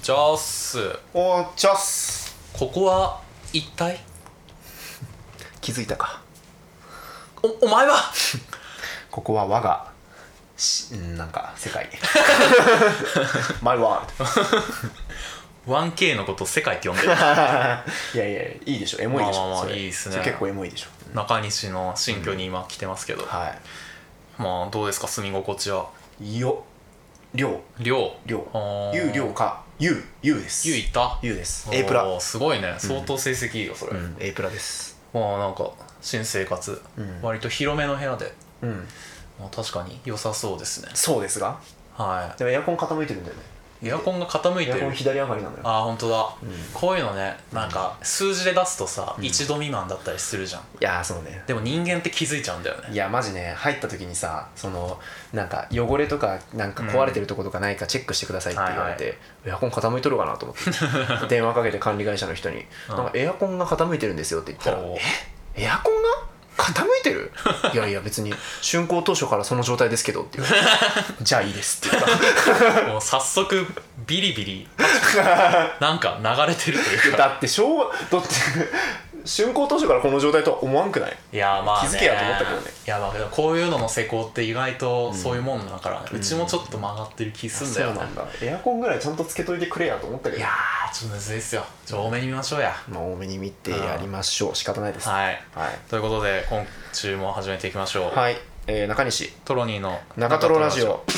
じゃあっす。 おー、チャス。 ここは一体？ 気づいたか。 お前はここは我がなんか世界マイワール 1K のこと世界って呼んでるドいやいやいいでしょ、エモいでしょ。 まあそれいいですね。 それ結構エモいでしょ。 中西の新居に今来てますけど、 はまあどうですか、住み心地は。 い。よ量寮有量か有です。 いた有です。 A プラ。 すごいね、相当成績いいよそれ。 A プラです。 まあなんか新生活、割と広めの部屋で、まあ、確かに良さそうですね。 そうですが、 はでもエアコン傾いてるんだよね。 い、エアコンが傾いてる。 エアコン左上がりなのよ。 ああ本当だ、こういうのね、なんか数字で出すとさ、1度未満だったりするじゃん。 いやーそうね。 でも人間って気づいちゃうんだよね。 いやマジね、入った時にさ、そのなんか汚れとかなんか壊れてるとことかないかチェックしてくださいって言われて、エアコン傾いとるかなと思って電話かけて管理会社の人に「なんかエアコンが傾いてるんですよ」って言ったらほう 「エアコンが傾いてる？いやいや別に竣工当初からその状態ですけど」って言われて「じゃあいいです」って言ったもう早速ビリビリなんか流れてるというか。 だってだって竣工当初からこの状態とは思わんくない？ いやまあね、 気づけやと思ったけどね。 いやまあこういうのの施工って意外とそういうもんだから、うちもちょっと曲がってる気すんだよね。 そうなんだ。エアコンぐらいちゃんとつけといてくれやと思ったけど。 いやーちょっとむずいっすよ。多めに見ましょうや。 まあ多めに見てやりましょう。仕方ないです。 はい、 はい、 ということで今週も始めていきましょう。 はい、中西トロニーの中トロラジオ。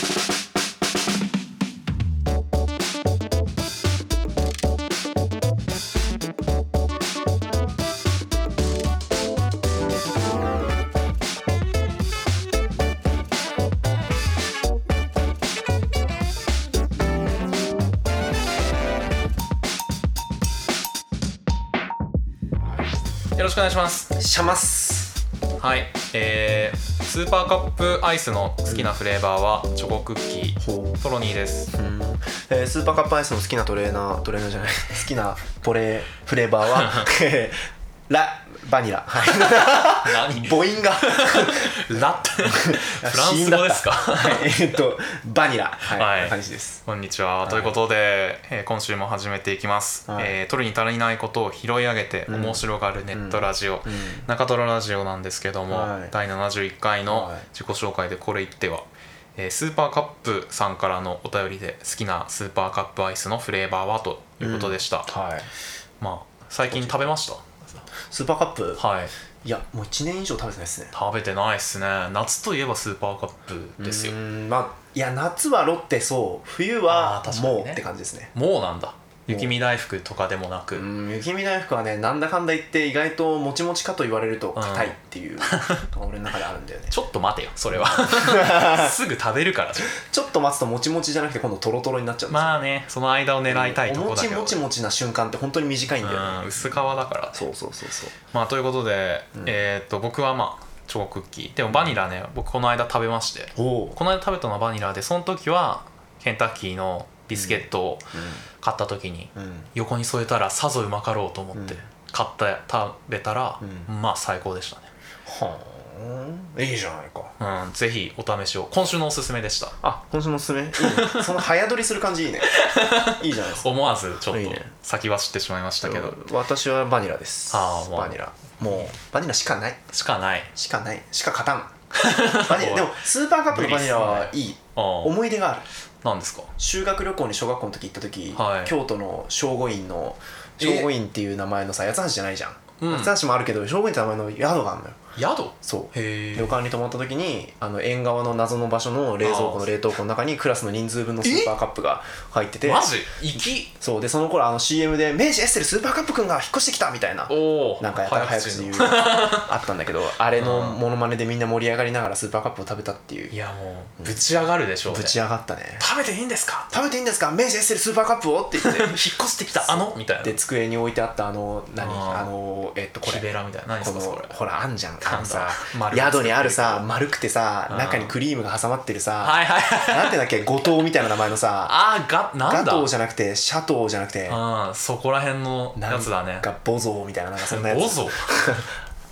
よろしくお願いします。 シャマス。 はい、スーパーカップアイスの好きなフレーバーはチョコクッキー、トロニーです。 スーパーカップアイスの好きなトレーナーじゃない好きなフレーバーはバニラ。 何母音がラってフランス語ですか？ バニラ。 はい、 感じです。 こんにちは、ということで、今週も始めていきます。取るに足りないことを拾い上げて面白がるネットラジオ、中トロラジオなんですけども、第71回の自己紹介でこれ言っては、スーパーカップさんからのお便りで好きなスーパーカップアイスのフレーバーはということでした。まあ最近食べました？ スーパーカップ？ はい。 いやもう1年以上食べてないですね。 食べてないっすね。夏といえばスーパーカップですよ。 まあいや夏はロッテ、そう冬はもうって感じですね。 もうなんだ。雪見大福とかでもなく。 雪見大福はね、なんだかんだ言って意外ともちもちかと言われると硬いっていう俺の中であるんだよね。 ちょっと待てよそれはすぐ食べるからじゃん。 ちょっと待つともちもちじゃなくて今度トロトロになっちゃうんですよ。 まあね、その間を狙いたいとこだけど、 もちもちな瞬間って本当に短いんだよね。 薄皮だから、ね、 そうまあということで、僕はまあチョコクッキーでもバニラね、僕この間食べまして、この間食べたのはバニラで、その時はケンタッキーのビスケットを買った時に横に添えたらさぞうまかろうと思って買って食べたら、まあ最高でしたね。 はあ、いいじゃないか。 ぜひお試しを。今週のおすすめでした。 今週のおすすめいいね。その早撮りする感じいいね。いいじゃないですか。 思わずちょっと先走ってしまいましたけど、 私はバニラです。バニラ、もうバニラしか勝たんバニラでもスーパーカップのバニラはいい思い出がある。 何ですか？ 修学旅行に小学校の時行った時、 はい、 京都の聖護院っていう名前のさ、八つ橋じゃないじゃん。八つ橋もあるけど聖護院って名前の宿があるのよ。 宿？ そう旅館に泊まった時に縁側の謎の場所の冷蔵庫の冷凍庫の中にクラスの人数分のスーパーカップが入ってて、 マジ？ そうで、その頃CM で明治エッセルスーパーカップくんが引っ越してきたみたいな、なんかやったら早口で言うあったんだけど、あれのモノマネでみんな盛り上がりながらスーパーカップを食べたっていう。 いやもうぶち上がるでしょうね。 ぶち上がったね。 食べていいんですか明治エッセルスーパーカップをって言って引っ越してきたみたいな。 で机に置いてあったこれ木べらみたいな、何ですかそれ。 ほらあんじゃん、さ宿にあるさ、丸くてさ中にクリームが挟まってるさ、なんてだっけ、五島みたいな名前のさ、ガトーじゃなくてシャトーじゃなくて、 そこら辺のやつだね。 ボゾーみたいな、なんかそんなやつ。 ボゾー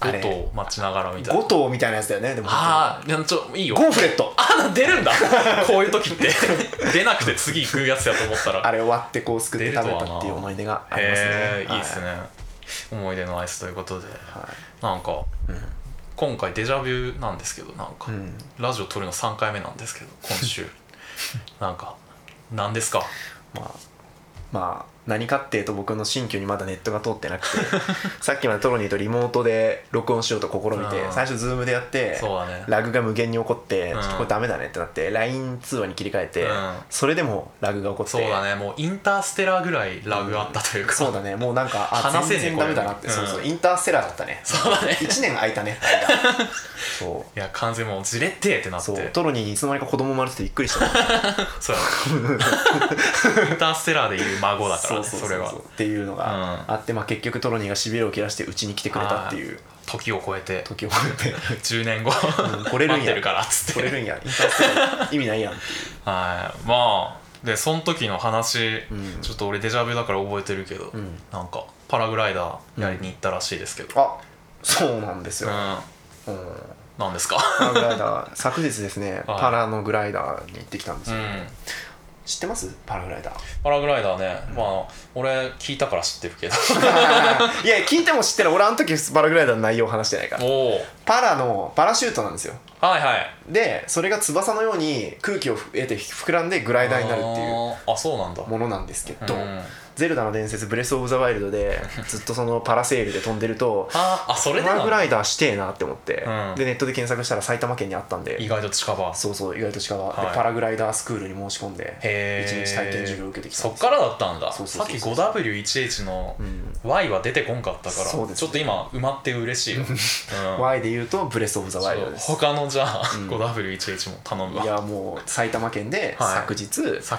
5頭待ちながらみたいな。 5頭みたいなやつだよね。でもああ、いいよ。 ゴーフレット出るんだこういう時って出なくて次行くやつやと思ったらあれ終わってこうすくって食べたっていう思い出がありますね。 へえ、いいですね。思い出のアイスということで、なんか、今回デジャビュなんですけど、なんか、ラジオ撮るの3回目なんですけど今週なんか何ですか。 まあ何かっていうと、僕の新居にまだネットが通ってなくてさっきまでトロニーとリモートで録音しようと試みて、最初ズームでやって、ラグが無限に起こって、ちょっとこれダメだねってなって LINE 通話に切り替えて、それでもラグが起こって、 そうだね、もうインターステラーぐらいラグあったというか、 そうだね、もうなんか全然ダメだなって、そうそうインターステラーだったね。 そうだね、 1年空いたねそう、 いや完全もうじれってってなって、 そうトロニーにいつの間にか子供生まれててびっくりしたそうやインターステラーでいう孫だからね、それはっていうのがあって、結局トロニーがしびれを切らしてうちに来てくれたっていう、 時を超えて10年後来れるんや、 待ってるからっつって、 来れるんや、インターステラー意味ないやんっていうはい、まあでその時の話、ちょっと俺デジャブだから覚えてるけど、なんかパラグライダーやりに行ったらしいですけど、 あ、そうなんですよ。 なんですかパラグライダー昨日ですね、パラのグライダーに行ってきたんですよ。知ってます？パラグライダー。 パラグライダーね、まあ俺聞いたから知ってるけどいや聞いても知ってる。俺あの時パラグライダーの内容を話してないから。パラのパラシュートなんですよ。 はいはい。 でそれが翼のように空気を得て膨らんでグライダーになるっていうそうなんだものなんですけど、ゼルダの伝説ブレスオブザワイルドでずっとそのパラセールで飛んでるとそれでパラグライダーしてえなって思って、でネットで検索したら埼玉県にあったんで、 意外と近場、 そうそう意外と近場でパラグライダースクールに申し込んで1日体験授業を受けてきたんです。 そっからだったんだ。さっき 5W11 の Y は出てこんかったから、ちょっと今埋まって嬉しいよ Y で言うとブレスオブザワイルドです。 他のじゃあ 5W11 も頼むわ。 いやもう埼玉県で昨日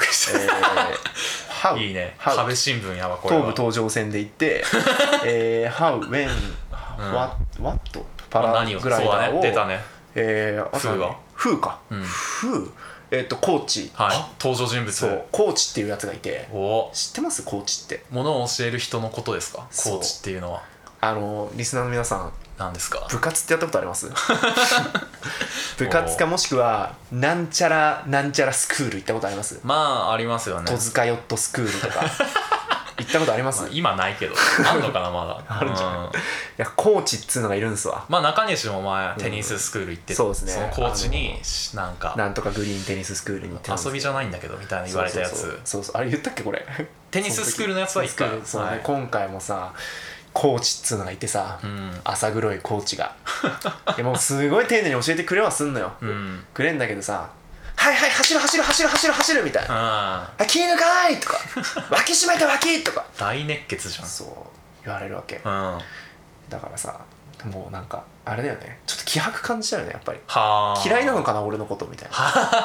いいね、壁新聞やわこれは。 東武東上線で行ってHow, When, What パラグライダーを出たね。 風かコーチ、 登場人物、 そうコーチっていうやつがいて、知ってます？コーチってものを教える人のことですか？コーチっていうのはリスナーの皆さん何ですか？ 部活ってやったことあります？部活かもしくはなんちゃらなんちゃらスクール行ったことあります？ まあありますよね。 戸塚ヨットスクールとか行ったことあります？ 今ないけどあんのかなまだあるんじゃない？いやコーチっつうのがいるんすわ。 まあ中西も前テニススクール行って、 そうですね、 そのコーチになんとかグリーンテニススクールに行って遊びじゃないんだけどみたいな言われたやつ。 そうあれ言ったっけこれテニススクールのやつは一回そうね、今回もさコーチっつうのがいてさ、浅黒いコーチがもうすごい丁寧に教えてくれはすんのよ、くれんだけどさ、はいはい走る走る走る走る走るみたいな、気抜かないとか脇締めて脇とか大熱血じゃん。 そう言われるわけ、だからさもうなんかあれだよね、ちょっと気迫感じたよねやっぱり。嫌いなのかな俺のことみたい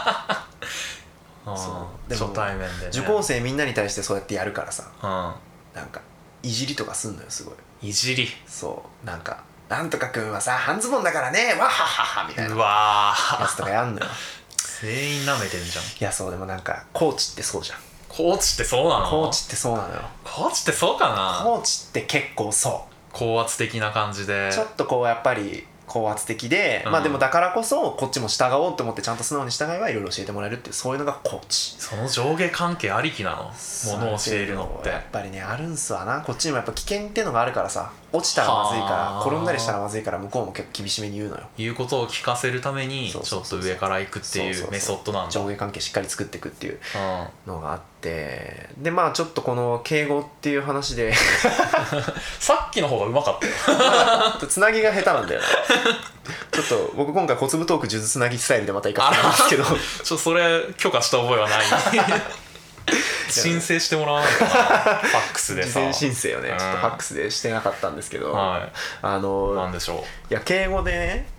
なそうでも初対面でね、 受講生みんなに対してそうやってやるからさ、なんかいじりとかすんのよすごい。 いじり、 そうなんかなんとかくんはさ半ズボンだからねわはははみたいなやつとかやんのよ全員舐めてんじゃん。いやそうでもなんかコーチってそうじゃん。 コーチってそうなの？ コーチってそうなのよ。 コーチってそうかな？ コーチって結構そう高圧的な感じでちょっとこうやっぱり高圧的で、まあでもだからこそこっちも従おうと思ってちゃんと素直に従えばいろいろ教えてもらえるっていう、そういうのがコーチ。 その上下関係ありきなの？ものを教えるのってやっぱりねあるんすわな。こっちにもやっぱ危険っていうのがあるからさ、落ちたらまずいから転んだりしたらまずいから向こうも結構厳しめに言うのよ。 言うことを聞かせるためにちょっと上から行くっていうメソッドなんだ。 上下関係しっかり作っていくっていうのがあって、でまあちょっとこの敬語っていう話でさっきの方がうまかったよつなぎが下手なんだよなちょっと僕今回小粒トーク数珠つなぎスタイルでまた行かせてもらうんですけどちょっとそれ許可した覚えはない申請してもらわないとなファックスでさ事前申請をね、ちょっとファックスでしてなかったんですけど、 なんでしょう。 いや敬語でね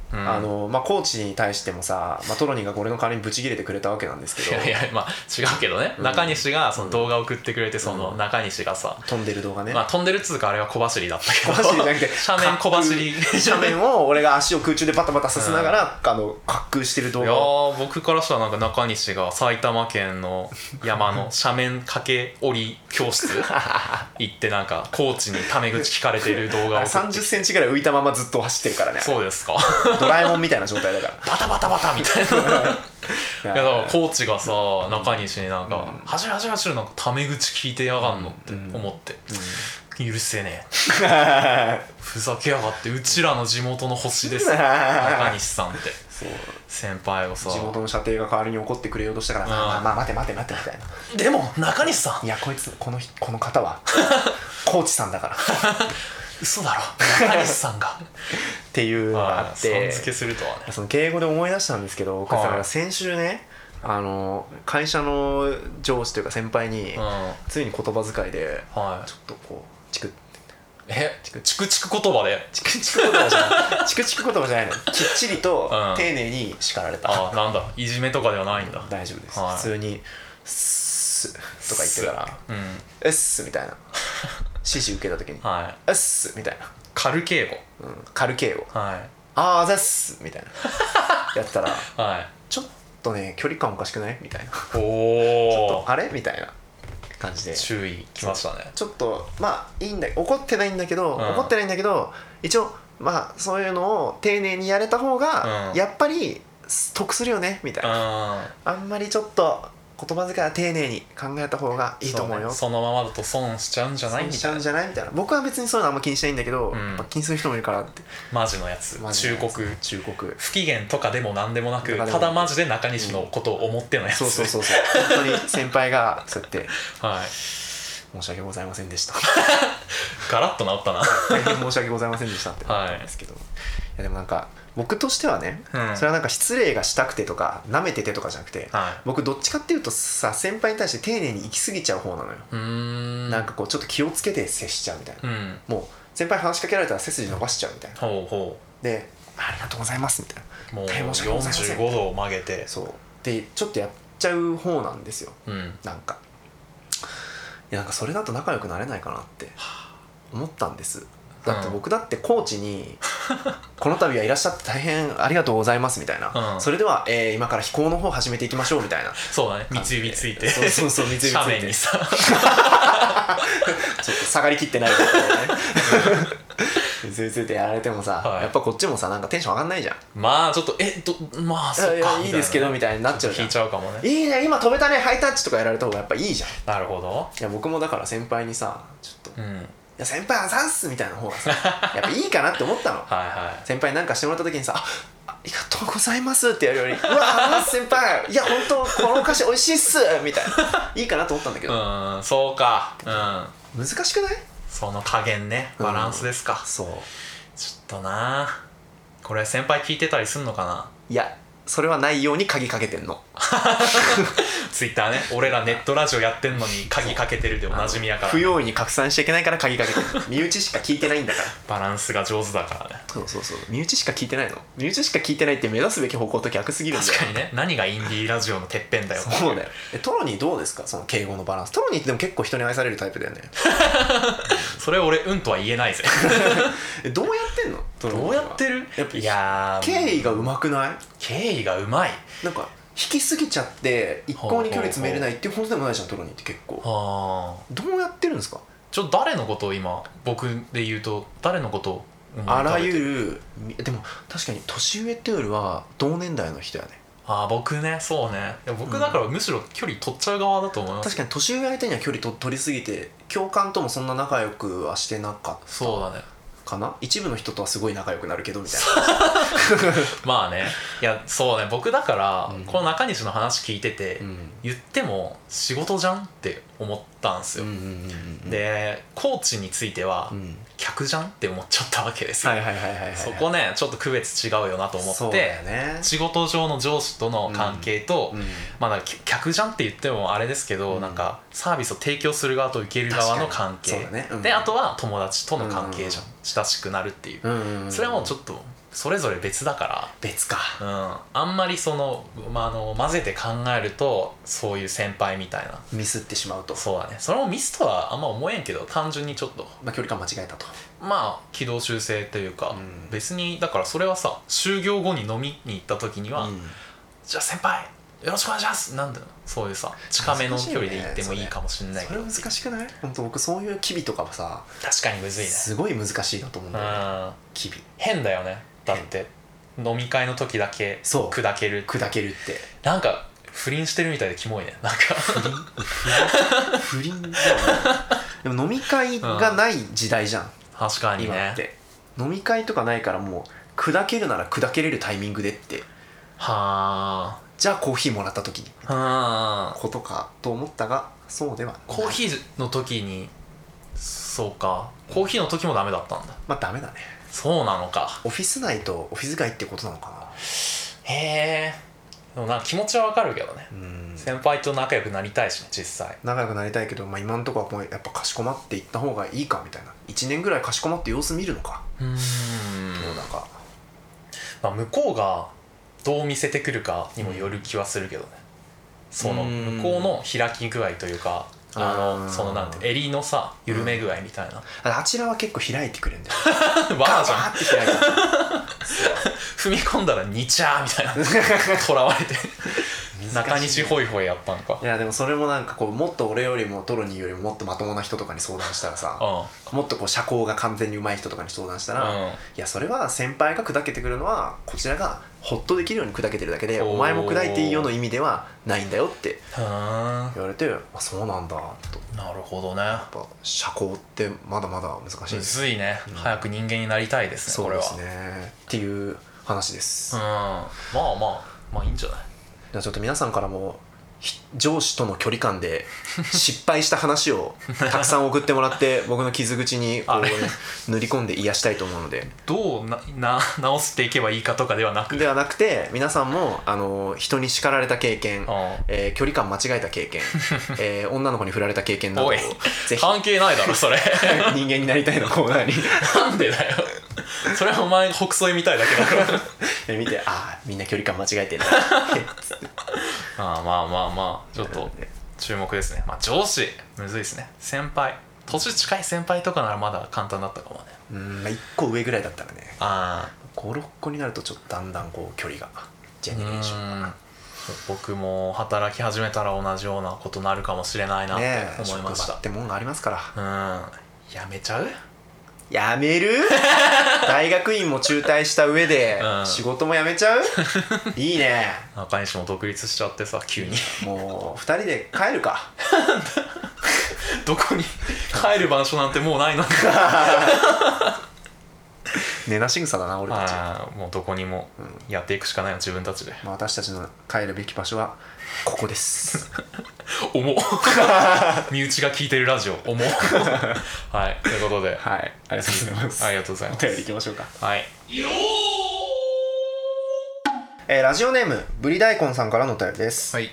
コーチに対してもさ、トロニーが俺の代わりにブチ切れてくれたわけなんですけど、 いや違うけどね、中西がその動画を送ってくれて、その中西がさ、 飛んでる動画ね、 飛んでるっつうかあれは小走りだったけど、 小走りじゃなくて斜面小走り斜面を俺が足を空中でバタバタさせながら、滑空してる動画を。 いや僕からしたらなんか中西が埼玉県の山の斜面駆け下り教室行ってなんかコーチにタメ口聞かれてる動画を 30センチぐらい浮いたままずっと走ってるからね。 そうですか。 ドラえもんみたいな状態だからバタバタバタみたいないやだからコーチがさ中西になんか「走る走る走る」なんかタメ口聞いてやがんのって思って、許せねえふざけやがって、うちらの地元の星です中西さんって。 そう先輩をさ、 地元の射程が代わりに怒ってくれようとしたから、まあ待てみたいな。 でも中西さん、 いやこいつこの方はコーチさんだから嘘だろ中西さんがっていうのがあって、 さん付けするとはね。 その敬語で思い出したんですけど、僕だから先週ね、会社の上司というか先輩に、ついに言葉遣いで、ちょっとこうチクチクチク言葉でチクチク言葉じゃないチクチク言葉じゃないの、きっちりと丁寧に叱られた。 なんだいじめとかではないんだ。 大丈夫です、普通にスッとか言ってからうっすみたいな指示受けた時にうっすみたいな軽敬語、 軽敬語、あざっすみたいなやったらちょっとね距離感おかしくないみたいなちょっとあれみたいな感じで注意きましたね。 ちょっといいんだ、怒ってないんだけど一応そういうのを丁寧にやれた方がやっぱり得するよねみたいな、あんまりちょっと言葉遣いは丁寧に考えた方がいいと思うよ。 そのままだと損しちゃうんじゃないみたいな。 僕は別にそういうのあんま気にしないんだけど、気にする人もいるからって。 マジのやつ、忠告不機嫌とかでも何でもなく、ただマジで中西のことを思ってのやつ。 そう本当に先輩がそうやって申し訳ございませんでしたガラッと治ったな大変申し訳ございませんでしたって思うんですけど、いやでもなんか僕としてはね、それはなんか失礼がしたくてとか舐めててとかじゃなくて、僕どっちかっていうとさ、先輩に対して丁寧に行き過ぎちゃう方なのよ。なんかこうちょっと気をつけて接しちゃうみたいな、もう先輩話しかけられたら背筋伸ばしちゃうみたいな、でありがとうございますみたいな、 もう45度を曲げて、 そうでちょっとやっちゃう方なんですよ。なんかそれだと仲良くなれないかなって思ったんです。だって僕だってコーチにこの度はいらっしゃって大変ありがとうございますみたいな、それでは今から飛行の方始めていきましょうみたいな。 そうだね、三つ指ついて、 そう三つ指ついて斜面にさちょっと下がりきってないからね三つ指ついてやられてもさ、やっぱこっちもさなんかテンション上がんないじゃん。 ちょっとそっかいいですけどみたいになっちゃうじゃん。 聞いちゃうかもね。 いいね今飛べたねハイタッチとかやられた方がやっぱいいじゃん。 なるほど。 いや僕もだから先輩にさちょっと、いや先輩あざんすみたいな方がさやっぱいいかなって思ったの先輩に何かしてもらった時にさありがとうございますってやるよりうわ先輩いや本当このお菓子美味しいっすみたいないいかなと思ったんだけど、 そうか、 難しくない？ その加減ね、バランスですか。 そうちょっとな、これ先輩聞いてたりすんのかな。 いやそれはないように鍵かけてんのツイッターね、俺らネットラジオやってんのに鍵かけてるでおなじみやから、 不用意に拡散しちゃいけないから鍵かけてる身内しか聞いてないんだからバランスが上手だからね。 そう身内しか聞いてないの。身内しか聞いてないって目指すべき方向と逆すぎるんだよ。 確かにね、何がインディーラジオのてっぺんだよ。 そうだよ。トロニーどうですか、その敬語のバランス。トロニーってでも結構人に愛されるタイプだよねそれ俺とは言えないぜどうやってんの？ どうやってる？いや敬意がうまくない？ 敬意がうまい。 なんか引きすぎちゃって一向に距離詰めれないっていうほどでもないじゃんトロニーって結構。どうやってるんですか？ 誰のことを今僕で言うと誰のことをあらゆる。でも確かに年上っていうよりは同年代の人やね。 僕ね、そうね。僕だからむしろ距離取っちゃう側だと思います。 確かに年上相手には距離取りすぎて共感ともそんな仲良くはしてなかった。 そうだね。 かな。一部の人とはすごい仲良くなるけどみたいなね。いやそうね、僕だから、この中西の話聞いてて、言っても仕事じゃんって思ったんですよ。でコーチについては、客じゃんって思っちゃったわけですよ。そこねちょっと区別違うよなと思って、仕事上の上司との関係と、客じゃんって言ってもあれですけど、なんかサービスを提供する側と受ける側の関係で、あとは友達との関係じゃん、親しくなるっていう、それはもうちょっとそれぞれ別だか別か。 ら、あんまりその、混ぜて考えるとそういう先輩みたいなミスってしまうと。 そうだね。それもミスとはあんま思えんけど、単純にちょっと距離感間違えたと。 軌道修正というか、別にだからそれはさ、就業後に飲みに行った時には、じゃあ先輩よろしくお願いしますなんだよ、そういうさ近めの距離で行ってもいいかもしれないけど、 それ難しくない？本当僕そういう機微とかはさ、 確かにむずいね。 すごい難しいなと思うんだよね。機微変だよね。だって飲み会の時だけ砕けるってなんか不倫してるみたいでキモいね。なんか不倫だよね。でも飲み会がない時代じゃん、 確かにね。 今って飲み会とかないからもう砕けるなら砕けれるタイミングでって、 はあ、 じゃあコーヒーもらった時にことかと思ったが、そうではない。 コーヒーの時に、そうか、コーヒーの時もダメだったんだ。 ダメだね。 そうなのか。 オフィス内とオフィス外ってことなのかな。 へえ。でもなんか気持ちはわかるけどね。先輩と仲良くなりたいしね、実際仲良くなりたいけど、今のところはもうやっぱかしこまっていった方がいいかみたいな。1年ぐらいかしこまって様子見るのか。どうだか。 向こうがどう見せてくるかにもよる気はするけどね。その向こうの開き具合というか、そのなんて襟のさ緩め具合みたいな、 あちらは結構開いてくれるんだよ。 わーじゃん。 ガーって開いて踏み込んだらにちゃーみたいなとらわれて中西ホイホイやったんか。 いやでもそれもなんかこう、もっと俺よりもトロニーよりももっとまともな人とかに相談したらさ、もっとこう社交が完全に上手い人とかに相談したら、いやそれは先輩が砕けてくるのはこちらがホッとできるように砕けてるだけで、お前も砕いていいよの意味ではないんだよって言われて、そうなんだと。 なるほどね。やっぱ社交ってまだまだ難しい。 むずいね、早く人間になりたいですね。これはそうですねっていう話です。 まあいいんじゃない。 じゃあちょっと皆さんからも上司との距離感で失敗した話をたくさん送ってもらって僕の傷口にこう、ね、塗り込んで癒したいと思うので、 どう直していけばいいかとかではなくて、皆さんも人に叱られた経験、距離感間違えた経験、女の子に振られた経験などをぜひ。 関係ないだろそれ人間になりたいのコーナーになんでだよそれはお前北斎みたいだけだろ見て、みんな距離感間違えてんだまあちょっと注目ですね。上司むずいですね。先輩、年近い先輩とかならまだ簡単だったかもね。 1個上ぐらいだったらね。5、6個になるとちょっとだんだんこう距離がジェネレーションが。 僕も働き始めたら同じようなことになるかもしれないなって思いました。 職場ってもんがありますから。 やめちゃう？ やめる？大学院も中退した上で仕事も辞めちゃう？いいね。 中西も独立しちゃってさ、急にもう2人で帰るかどこに帰る場所なんてもうないのに根なし草だな俺たち。 もうどこにもやっていくしかないの、自分たちで。 私たちの帰るべき場所はここです重っ身内が聞いてるラジオ重っはい、ということで、 はい、ありがとうございます。 ありがとうございます。 お便りいきましょうか。 はい。 ラジオネームぶり大根さんからのお便りです。 はい。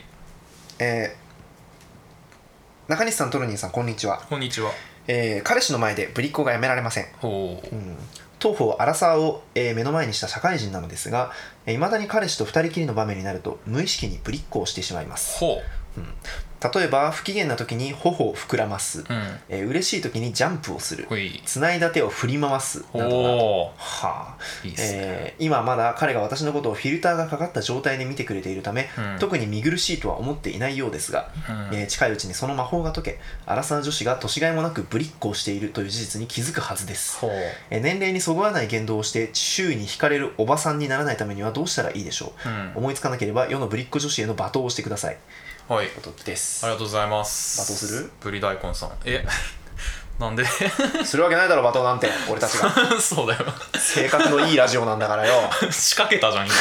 中西さん、トロニーさん、こんにちは。 こんにちは。 彼氏の前でぶりっ子がやめられません。当方アラサーを、目の前にした社会人なのですが、いまだに彼氏と二人きりの場面になると無意識にぶりっ子をしてしまいます。例えば不機嫌な時に頬を膨らます、嬉しい時にジャンプをする、つないだ手を振り回すなどなど、いいですね。今まだ彼が私のことをフィルターがかかった状態で見てくれているため、特に見苦しいとは思っていないようですが、近いうちにその魔法が解け、アラサー女子が年がいもなくぶりっ子をしているという事実に気づくはずです。年齢にそぐわない言動をして周囲に惹かれるおばさんにならないためにはどうしたらいいでしょう。思いつかなければ世のぶりっ子女子への罵倒をしてください。 はい、 ことです。 ありがとうございます。 罵倒する？ ぶり大根さん。なんでするわけないだろ罵倒なんて、俺たちがそうだよ、 性格のいいラジオなんだからよ仕掛けたじゃん今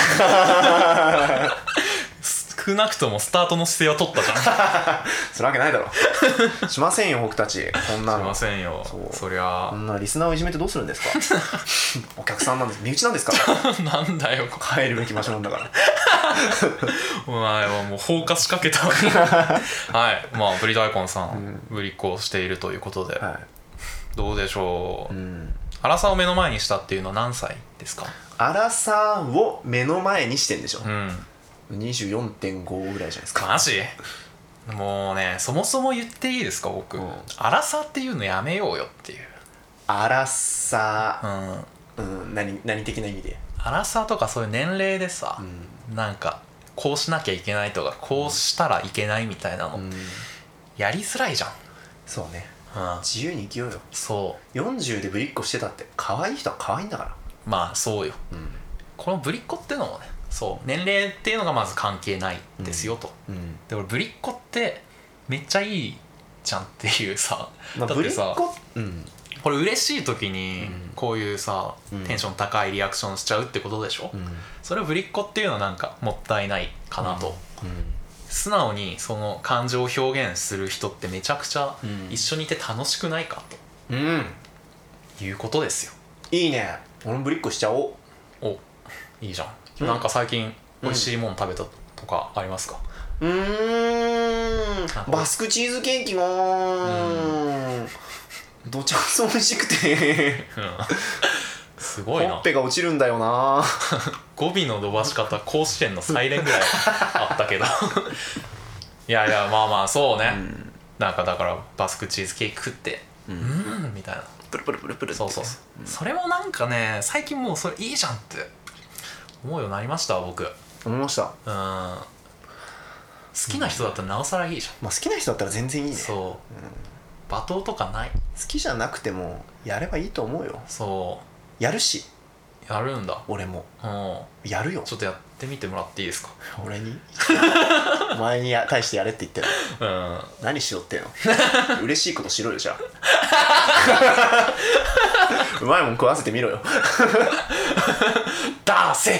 少なくともスタートの姿勢は取ったじゃんするわけないだろしませんよ僕たち、こんなのしませんよ。そりゃこんなリスナーをいじめてどうするんですかお客さんなんです、身内なんですからなんだよ、 帰るべき場所なんだからお前はもう放火仕掛けたわけはい、ぶり大根さん、ぶりっ子をしているということで、どうでしょう、 荒さを目の前にしたっていうのは何歳ですか？ 荒さを目の前にしてんでしょ、 うん、 24.5 ぐらいじゃないですか。 マジ？もうね、そもそも言っていいですか僕、荒さっていうのやめようよっていう。 荒さ、何的な意味で？ 荒さとかそういう年齢でさ、なんかこうしなきゃいけないとかこうしたらいけないみたいなの、やりづらいじゃん。 そうね、自由に生きようよ。 そう 40でぶりっ子してたって可愛い人は可愛いんだから。 まあそうよ、このぶりっ子っていうのもね、そう年齢っていうのがまず関係ないですよと、で俺ぶりっ子ってめっちゃいいじゃんっていうさ、だってさ、これ嬉しい時にこういうさ、テンション高いリアクションしちゃうってことでしょ、それをぶりっ子っていうのはなんかもったいないかなと、素直にその感情を表現する人ってめちゃくちゃ一緒にいて楽しくないかと、いうことですよ。 いいね、俺もぶりっ子しちゃおう。 お、いいじゃん、なんか最近美味しいもの食べたとかありますか？ バスクチーズケーキもどちゃくそ美味しくてすごいな、 ほっぺが落ちるんだよな語尾の伸ばし方甲子園のサイレンぐらいあったけどいやいや、まあまあそうね、なんかだからバスクチーズケーキ食ってみたいな、 プルプルプルプルって、 そうそう、それもなんかね、最近もうそれいいじゃんって思うようになりました僕。 思いました。 好きな人だったらなおさらいいじゃん、 まあ好きな人だったら全然いいね。 そう、罵倒とかない。 好きじゃなくてもやればいいと思うよ。 そうやるし、 やるんだ。 俺もやるよ。 ちょっとやってみてもらっていいですか？ 俺にお前に対してやれって言ってる何しろってんの嬉しいことしろよじゃあうまいもん食わせてみろよ出せ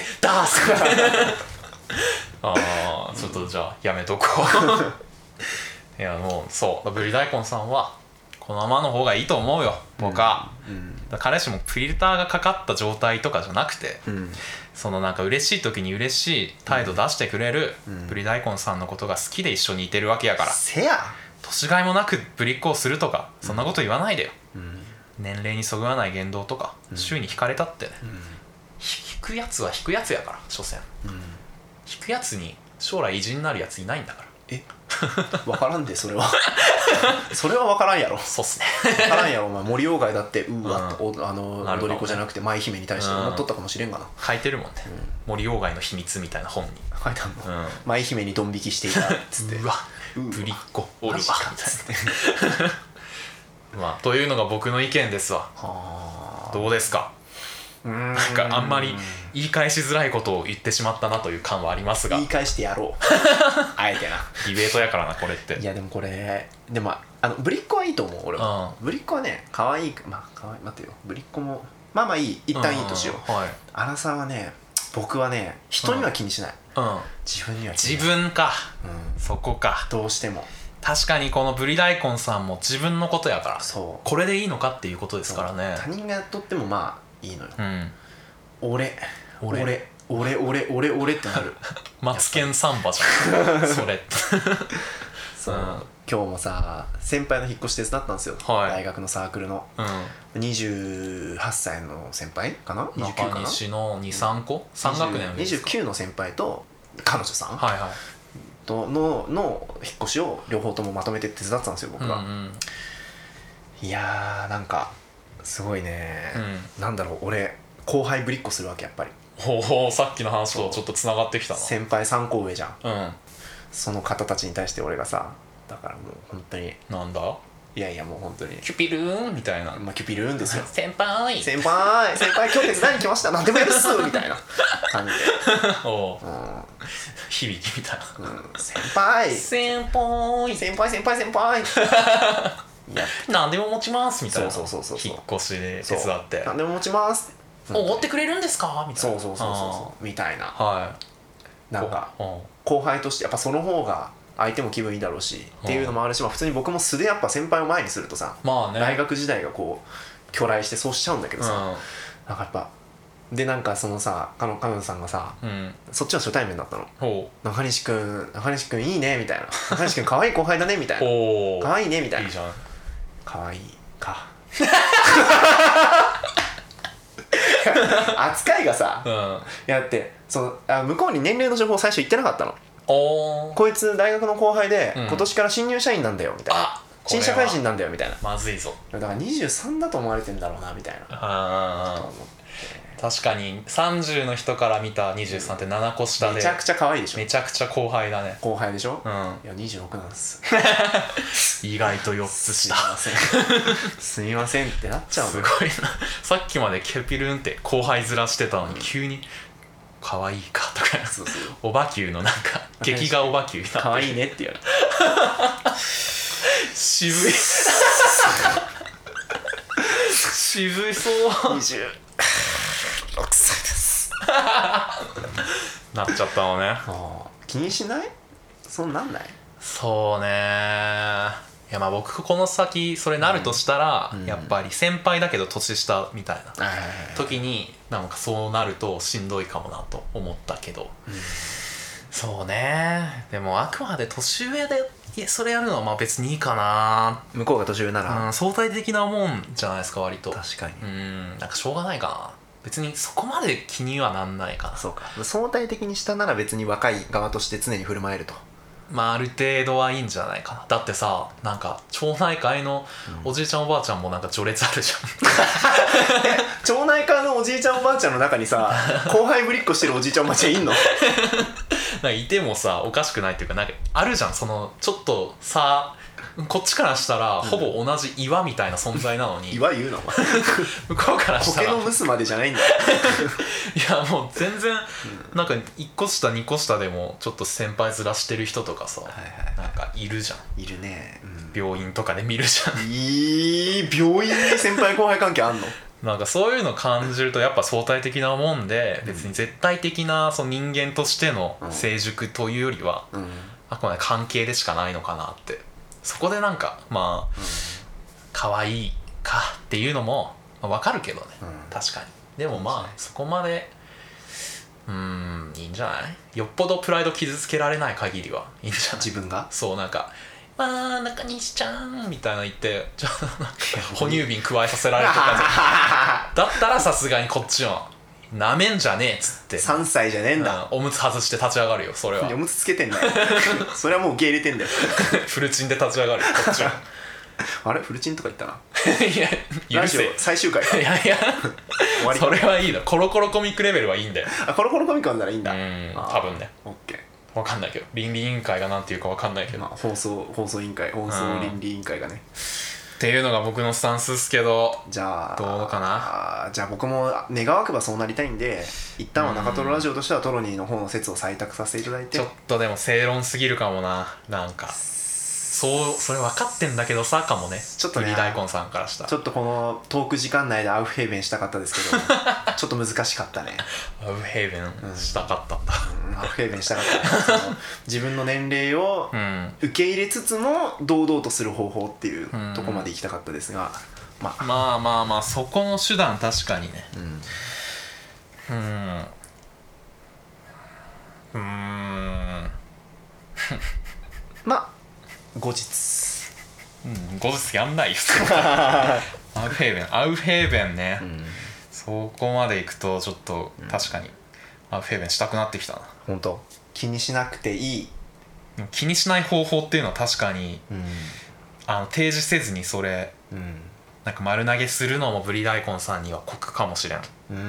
ちょっとじゃあやめとこういやもうそうぶり大根さんはこのままの方がいいと思うよ僕は、彼氏もフィルターがかかった状態とかじゃなくて、そのなんか嬉しい時に嬉しい態度出してくれるぶり大根さんのことが好きで一緒にいてるわけやから、 せや年がいもなくぶりっ子をするとかそんなこと言わないでよ、年齢にそぐわない言動とか周囲に惹かれたってね、引くやつは引くやつやから、所詮、引くやつに将来偉人になるやついないんだから。 分からんでそれはそれは分からんやろ。 そうっすね分からんやろ。お前森鴎外だって踊り子じゃなくて舞姫に対して思っとったかもしれんがな。 書いてるもんね、森鴎外の秘密みたいな本に書いてあるの、舞姫にドン引きしていたっつってうわぶりっ子おりわみたいなまあというのが僕の意見ですわ。どうですか？なんかあんまり言い返しづらいことを言ってしまったなという感はありますが、 言い返してやろうあえてな。 ディベートやからなこれって。 いやでもこれでもぶりっ子はいいと思う俺は、ぶりっ子はね可愛い、まあ可愛い、待ってよ、ぶりっ子もまあまあいい、一旦いいとしよう。荒さはね、僕はね人には気にしない、自分には気にしない。 自分か、そこか。 どうしても確かにこのぶり大根さんも自分のことやから、 そうこれでいいのかっていうことですからね。 他人がやっとってもまあいいのよ、俺ってなるマツケンサンバじゃんそれそう、今日もさ先輩の引っ越し手伝ったんですよ、大学のサークルの、28歳の先輩かな、29かな、 中西の 2,3 個3学年ですか、29の先輩と彼女さん、との引っ越しを両方ともまとめて手伝ってたんですよ僕が、いやーなんかすごいね、なんだろう、俺後輩ぶりっ子するわけやっぱり。 さっきの話とちょっとつながってきたな。 先輩3個上じゃん、その方たちに対して俺がさ、だからもう本当になんだ、 いやいやもう本当にキュピルーンみたいな、 まあキュピルーンですよ先輩今日手伝いに来ましたなんでもやるっすみたいな感じで響きみたいな、 先輩何でも持ちますみたいな、 そう引っ越しで手伝って何でも持ちますおごってくれるんですかみたいな、 そうみたいな、なんか後輩としてやっぱその方が相手も気分いいだろうしっていうのもあるし、普通に僕も素でやっぱ先輩を前にするとさ、大学時代がこう巨来してそうしちゃうんだけどさ、なんかやっぱでなんかそのさ彼女さんがさ、そっちは初対面だったの。中西くんいいねみたいな、中西くん可愛い後輩だねみたいな、可愛いねみたいな、可愛いか扱いがさ、やって向こうに年齢の情報を最初言ってなかったの。こいつ大学の後輩で、今年から新入社員なんだよみたいな、新社会人なんだよみたいな。 まずいぞ。 だから23だと思われてんだろうなみたいなと思って。 確かに30の人から見た23って7個下でめちゃくちゃ可愛いでしょ。 めちゃくちゃ後輩だね。 後輩でしょ。いや26なんです意外と4つ下。 すみませんってなっちゃうの。 すごいな。さっきまでケピルンって後輩面してたのに、急に可愛いかとか、おばきゅうのなんか劇画おばきゅう可愛いねって言われ渋い渋いそう。 26歳ですなっちゃったのね。 気にしない？そうなんない？ そうね。いや、まあ僕この先それなるとしたら、やっぱり先輩だけど年下みたいな時になんかそうなるとしんどいかもなと思ったけど、そうね。でもあくまで年上でそれやるのはまあ別にいいかな。 向こうが年上なら、 相対的なもんじゃないですか割と。 確かに。 なんかしょうがないかな。別にそこまで気にはなんないかな。 そうか。相対的に下なら別に若い側として常に振る舞えると。 まあある程度はいいんじゃないかな。だってさ、なんか町内会のおじいちゃんおばあちゃんもなんか序列あるじゃん町内会のおじいちゃんおばあちゃんの中にさ後輩ぶりっこしてるおじいちゃんおばあちゃんいんのなんかいてもさおかしくないっていうか、なんかあるじゃん、そのちょっとさ、こっちからしたらほぼ同じ岩みたいな存在なのに、 岩言うの向こうからしたら苔のムスまでじゃないんだよいやもう全然なんか1個下2個下でもちょっと先輩面してる人とかさ、なんかいるじゃん。 いるね、 病院とかで見るじゃん。 病院に先輩後輩関係あんのなんかそういうの感じるとやっぱ相対的なもんで、別に絶対的なその人間としての成熟というよりは、あくまで関係でしかないのかなって。そこでなんかまあ可愛いかっていうのも分かるけどね、確かに。でもまあそこまでいいんじゃない。よっぽどプライド傷つけられない限りはいいんじゃない。 自分がそうなんかまあ中西ちゃんみたいな言ってちょっと哺乳瓶加えさせられるとかだったらさすがにこっちはなめんじゃねえっつって 3歳じゃねえんだ、 おむつ外して立ち上がるよ。それはおむつつけてんだよそれはもう受け入れてんだよフルチンで立ち上がるよこっちはあれフルチンとか言ったないや許せ最終回いやいや終わりそれはいいだ。コロコロコミックレベルはいいんだよ。 コロコロコミックあんならいいんだ。 多分ね。 オッケー分かんないけど倫理委員会がなんていうか分かんないけど、 放送委員会倫理委員会がねっていうのが僕のスタンスっすけど、 じゃあどうかな。 じゃあ僕も願わくばそうなりたいんで、一旦は中トロラジオとしてはトロニーの方の説を採択させていただいて。 ちょっとでも正論すぎるかもな。なんかそれ分かってんだけどさかもね。 ちょっとね、 栗大根さんからしたらちょっとこのトーク時間内でアウフヘーベンしたかったですけどちょっと難しかったね。 アウフヘーベンしたかったんだ、 アウフヘーベンしたかったね自分の年齢を受け入れつつも堂々とする方法っていうとこまで行きたかったですが、 まあそこの手段確かにね。 まあ後日後日やんないよアウフヘーベンね、そこまでいくとちょっと確かにアウフヘーベンしたくなってきたな。 本当気にしなくていい。 気にしない方法っていうのは確かに、提示せずにそれ、なんか丸投げするのもブリ大根さんには酷かもしれん。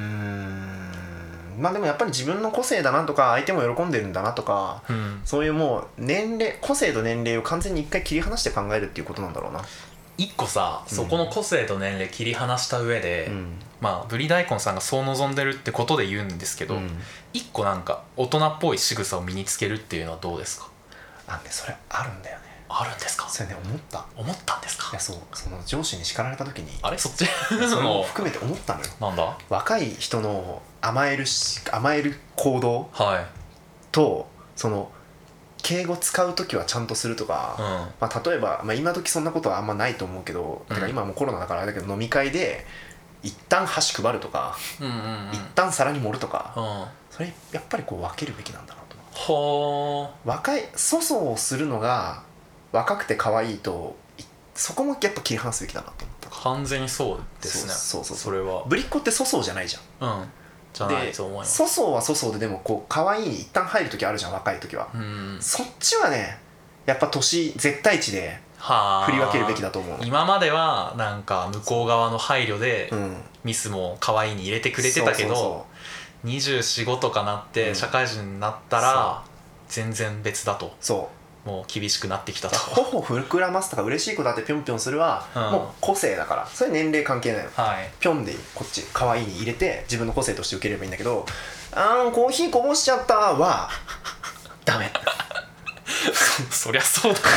まあでもやっぱり自分の個性だなとか相手も喜んでるんだなとか、そういうもう個性と年齢を完全に一回切り離して考えるっていうことなんだろうな。 一個さ、そこの個性と年齢切り離した上で、まあブリ大根さんがそう望んでるってことで言うんですけど、一個なんか大人っぽい仕草を身につけるっていうのはどうですか。 それあるんだよね。 あるんですか。 それね思ったんですか。 いやその上司に叱られた時にあれそっちそれも含めて思ったのよ。 なんだ。 若い人の甘える行動と、その敬語使う時はちゃんとするとか、例えば、今時そんなことはあんまないと思うけど、てか今もうコロナだからあれだけど飲み会で一旦箸配るとか、一旦皿に盛るとか、それやっぱりこう分けるべきなんだなと思う。粗相をするのが若くて可愛いと一そこもやっぱ切り離すべきだなと思った。 完全にそうですね。それはぶりっ子って粗相じゃないじゃん。 じゃないと思います。 粗相は粗相で、でもこう可愛いに一旦入る時あるじゃん、若い時は。そっちはねやっぱ絶対値で振り分けるべきだと思う。 今まではなんか向こう側の配慮でミスも可愛いに入れてくれてたけど、24、5とかなって社会人になったら全然別だと。もう厳しくなってきたと。 頬膨らますとか嬉しい子だってぴょんぴょんするはもう個性だから、それ年齢関係ないの。ぴょんでこっち可愛いに入れて自分の個性として受ければいいんだけど、コーヒーこぼしちゃったはダメ。 そりゃそうだ。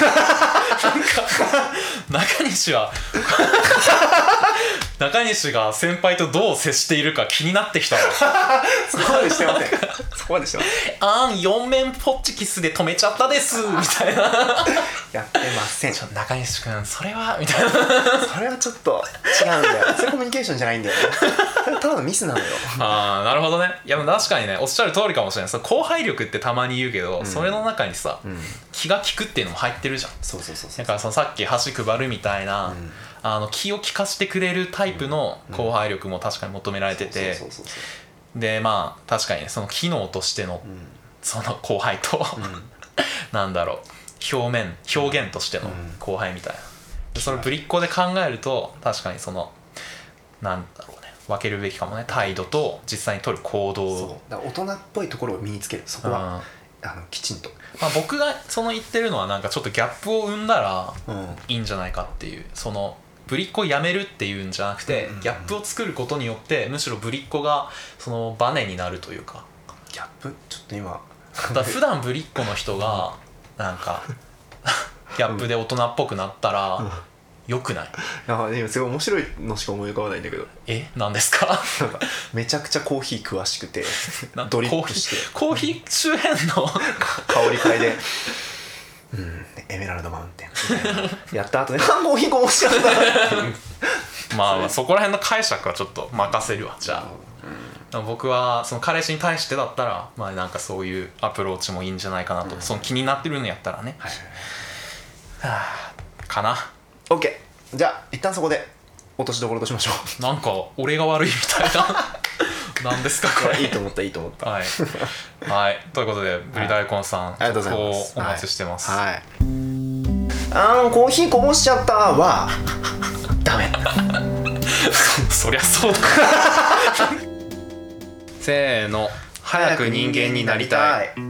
なんか中西が先輩とどう接しているか気になってきたわ。 そこまでしてません。そこまでしてません。 4面ポッチキスで止めちゃったですみたいな。 やってません。 中西くんそれはみたいな。 それはちょっと違うんだよ。それコミュニケーションじゃないんだよね。それただのミスなのよ。 なるほどね。いや確かにね、おっしゃる通りかもしれない。その後輩力ってたまに言うけど、それの中にさ、気が利くっていうのも入ってるじゃん。だからそのさっき箸配るみたいな、気を利かしてくれるタイプの後輩力も確かに求められてて、で確かにね、その機能としてのその後輩となんだろう、表現としての後輩みたいな、それぶりっ子で考えると確かにそのなんだろうね、分けるべきかもね。態度と実際に取る行動。 そうだから大人っぽいところを身につける、そこはきちんと。 僕がその言ってるのはなんかちょっとギャップを生んだらいいんじゃないかっていう、そのぶりっ子をやめるっていうんじゃなくて、ギャップを作ることによってむしろぶりっ子がそのバネになるというか。 ギャップちょっと今だ普段ぶりっ子の人がなんかギャップで大人っぽくなったらよくない？ 今すごい面白いのしか思い浮かばないんだけど。 何ですか？ なんかめちゃくちゃコーヒー詳しくてドリップしてコーヒー周辺の香り嗅いでエメラルドマウンテンみたいなやった後でコーヒーこぼしちゃったっていうそこら辺の解釈はちょっと任せるわ。じゃあ、僕はその彼氏に対してだったらなんかそういうアプローチもいいんじゃないかなと、その気になってるのやったらね、かな。 OK、 じゃあ一旦そこで落としどころとしましょう。なんか俺が悪いみたいな。なんですかこれ。 いいと思った。 はい、ということでぶり大根さん、 ありがとうございます。 お待ちしてます。 コーヒーこぼしちゃったはダメ。 そりゃそうだ。せーの、早く人間になりたい。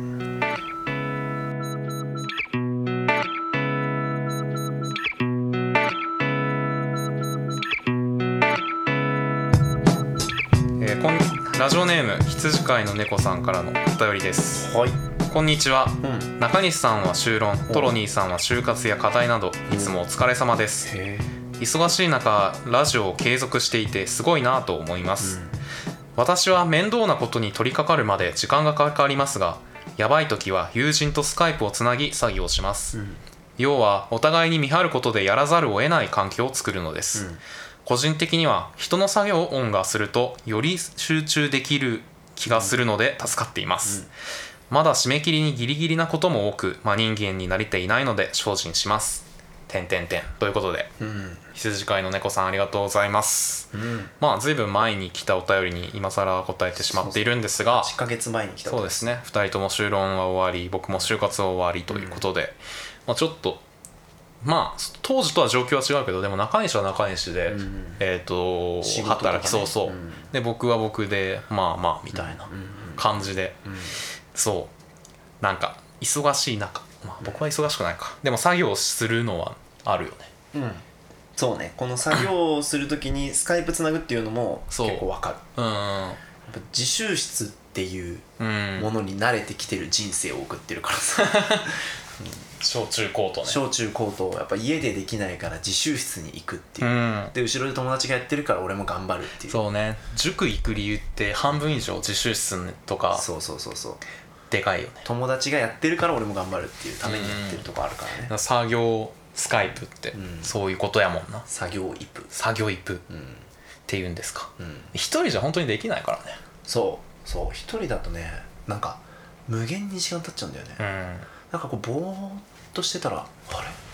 ラジオネーム羊飼いの猫さんからのお便りです。こんにちは、中西さんは修論、トロニーさんは就活や課題などいつもお疲れ様です。忙しい中ラジオを継続していてすごいなと思います。私は面倒なことに取り掛かるまで時間がかかりますが、やばい時は友人とスカイプをつなぎ作業します。要はお互いに見張ることでやらざるを得ない環境を作るのです。個人的には人の作業をオンがするとより集中できる気がするので助かっています。まだ締め切りにギリギリなことも多く、人間になれていないので精進します。ということで、羊飼いの猫さんありがとうございます。ずいぶん前に来たお便りに今更答えてしまっているんですが、 8ヶ月前に来た。 そうですね、2人とも修論は終わり、僕も就活は終わりということで、ちょっと当時とは状況は違うけど、でも中西は中西で、働きで僕は僕でみたいな感じで、そうなんか忙しい中、僕は忙しくないか、でも作業するのはあるよね。 そうね、この作業をするときにスカイプつなぐっていうのも結構わかる。やっぱ自習室っていうものに慣れてきてる人生を送ってるからさ。 小中高とね。 小中高とやっぱ家でできないから自習室に行くっていう、で後ろで友達がやってるから俺も頑張るっていう。 そうね、塾行く理由って半分以上自習室とか。 そうでかいよね。 友達がやってるから俺も頑張るっていうためにやってるとこあるからね。 作業スカイプってそういうことやもんな。 作業イプっていうんですか。一人じゃ本当にできないからね。 そう一人だとね、なんか無限に時間経っちゃうんだよね。なんかこうぼーっとしてたら、あれ7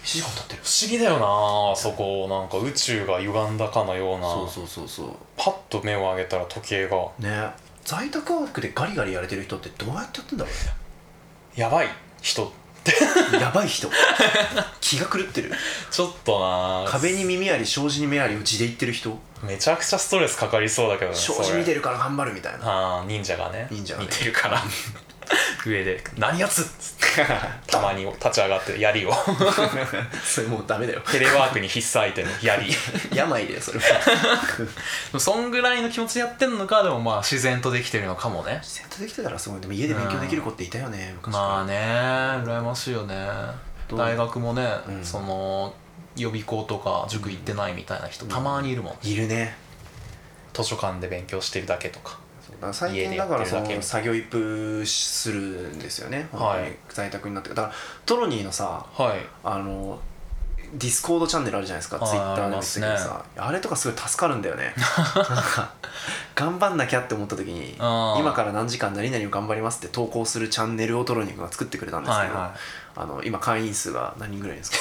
時間経ってる。 不思議だよな、そこなんか宇宙が歪んだかのような。 そうパッと目を上げたら時計がね。在宅ワークでガリガリやれてる人ってどうやってやってんだろうね。 やばい人やばい人気が狂ってる。 ちょっとな、 壁に耳あり障子に目ありを地で言ってる人、 めちゃくちゃストレスかかりそうだけどね。 障子見てるから頑張るみたいな。 忍者がね忍者がね見てるから上で「何やつ!」っつってたまに立ち上がって槍をそれもうダメだよ。 テレワークに必須アイテム槍病だよそれは。 そんぐらいの気持ちでやってんのか。でもまあ自然とできてるのかもね。 自然とできてたらすごい。でも家で勉強できる子っていたよね、昔から。 まあね、羨ましいよね。大学もね、その予備校とか塾行ってないみたいな人たまにいるもん。 いるね。 図書館で勉強してるだけとか。 最近だからその作業一風するんですよね、本当に在宅になって。だからトロニーのさ、ディスコードチャンネルあるじゃないですか、ツイッターで見てるけどさ、あれとかすごい助かるんだよね。なんか頑張んなきゃって思った時に今から何時間何々を頑張りますって投稿するチャンネルをトロニー君が作ってくれたんですけど、今会員数が何人ぐらいですか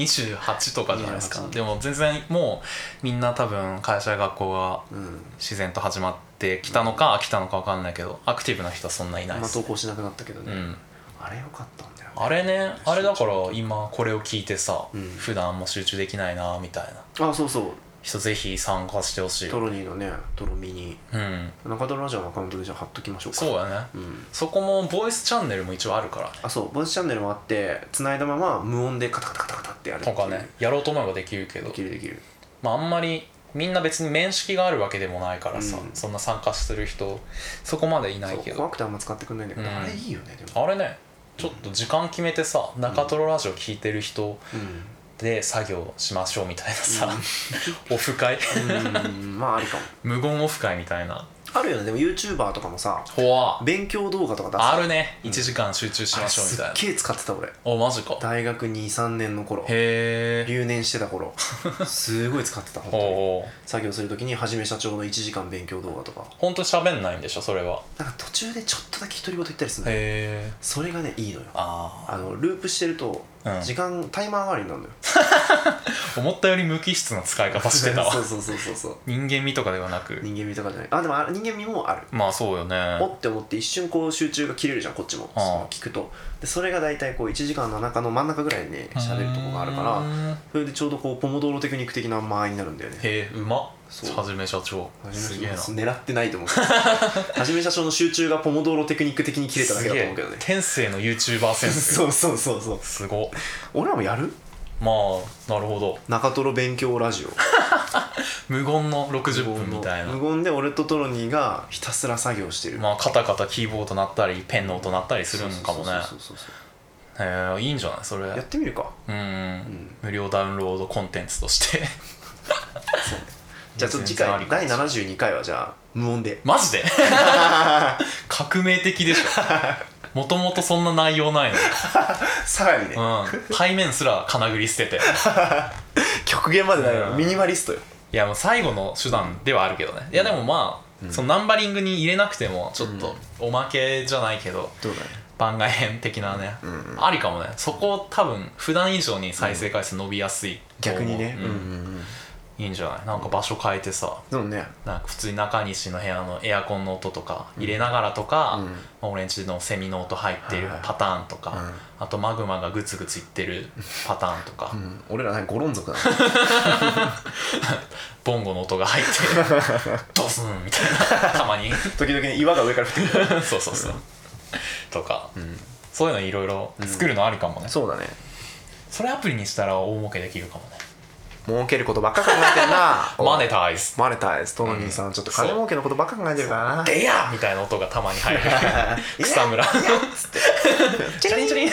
28とかじゃないですか。でも全然もうみんな多分会社や学校が自然と始まってきたのか飽きたのか分かんないけど、アクティブな人はそんないないです。 投稿しなくなったけどね、あれよかったんだよね。 あれね、あれだから今これを聞いてさ、普段も集中できないなみたいなそう人ぜひ参加してほしい。 トロニーのね、トロミに、中トロラジオのアカウントでじゃあ貼っときましょうか。 そうだね、そこもボイスチャンネルも一応あるからね。 そう、ボイスチャンネルもあって繋いだまま無音でカタカタカタカタってやるとかね、やろうと思えばできるけど、 できる。 まああんまりみんな別に面識があるわけでもないからさ、そんな参加する人そこまでいないけど、 怖くてあんま使ってくんないんだけど、あれいいよね。でもあれね、ちょっと時間決めてさ、中トロラジオ聞いてる人で作業しましょうみたいなさ、オフ会まあありかも。 無言オフ会みたいなあるよね。でも YouTuber とかもさ、勉強動画とか出すあるね。1時間集中しましょうみたいな。 すっげえ使ってた俺。 マジか。 大学 2,3 年の頃、留年してた頃すごい使ってた。本当に作業するときにはじめ社長の1時間勉強動画とか。 本当に喋んないんでしょそれは。 なんか途中でちょっとだけ独り言言ったりするんだよ。それがねいいのよ。ループしてると時間タイマー代わりになるのよ。 思ったより無機質な使い方してたわ。 そう人間味とかではなく。 人間味とかじゃない。でも人間味もある。 まあそうよね。 おって思って一瞬こう集中が切れるじゃん、こっちも聞くと。でそれが大体こう1時間の中の真ん中ぐらいにね喋るとこがあるから、それでちょうどこうポモドーロテクニック的な間合いになるんだよね。 へえ、うまっ。はじめ社長すげえな。 狙ってないと思う。はじめ社長の集中がポモドーロテクニック的に切れただけだと思うけどね。 天性の YouTuber センス。 そうすごっ。 俺らもやる。 まあなるほど。 中トロ勉強ラジオ無言の60分みたいな。 無言で俺とトロニーがひたすら作業してる。 まあカタカタキーボード鳴ったりペンの音鳴ったりするんかもね。へえ、いいんじゃないそれ。 やってみるか。 無料ダウンロードコンテンツとしてじゃあちょっと次回第72回はじゃあ無音で。 マジで革命的でしょ。もともとそんな内容ないのにさらにね、 対面すら金繰り捨てて極限までないよ、ミニマリストよ。 いやもう最後の手段ではあるけどね。いやでもまあ、そのナンバリングに入れなくてもちょっとおまけじゃないけど、番外編的なね、ありかもね。そこ多分普段以上に再生回数伸びやすいと思う。 逆にね、 いいんじゃない。なんか場所変えてさ、なんか普通に中西の部屋のエアコンの音とか入れながらとか、俺んちのセミの音入ってるパターンとか、あとマグマがグツグツいってるパターンとか、 俺らねゴロン族だボンゴの音が入ってドスンみたいな、たまに時々岩が上から降ってくるそうとか、そういうのいろいろ作るのありかもね。 そうだね。 それアプリにしたら大儲けできるかもね。 儲けることばっか考えてんなマネタイズトロニーさんちょっと金儲けのことばっか考えてるからな。 でやみたいな音がたまに入る草むらつってチャリンチャリン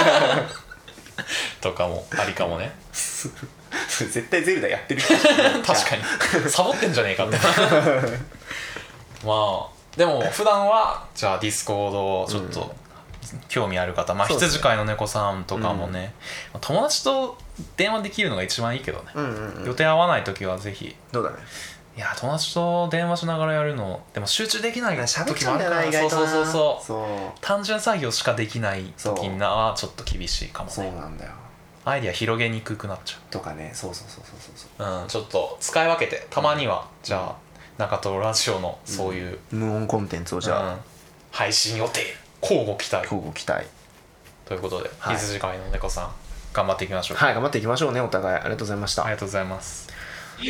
とかもありかもね。 絶対ゼルダやってる確かにサボってんじゃねえかってまあでも普段はじゃあディスコードをちょっと興味ある方、羊飼いの猫さんとかもね、友達と電話できるのが一番いいけどね。予定合わない時はぜひ。 どうだね。 いや友達と電話しながらやるのでも集中できない時もあるから。 そう単純作業しかできない時にはちょっと厳しいかもね。 そうなんだよ。 アイディア広げにくくなっちゃとかね、そうそうそうそうそうう、ちょっと使い分けてたまには、じゃあ中トロラジオのそういう、 無音コンテンツをじゃあ、 配信予定交互期待ということで、羊飼いの猫さん頑張っていきましょう。 頑張っていきましょうね、お互い。ありがとうございました。 ありがとうございます。エン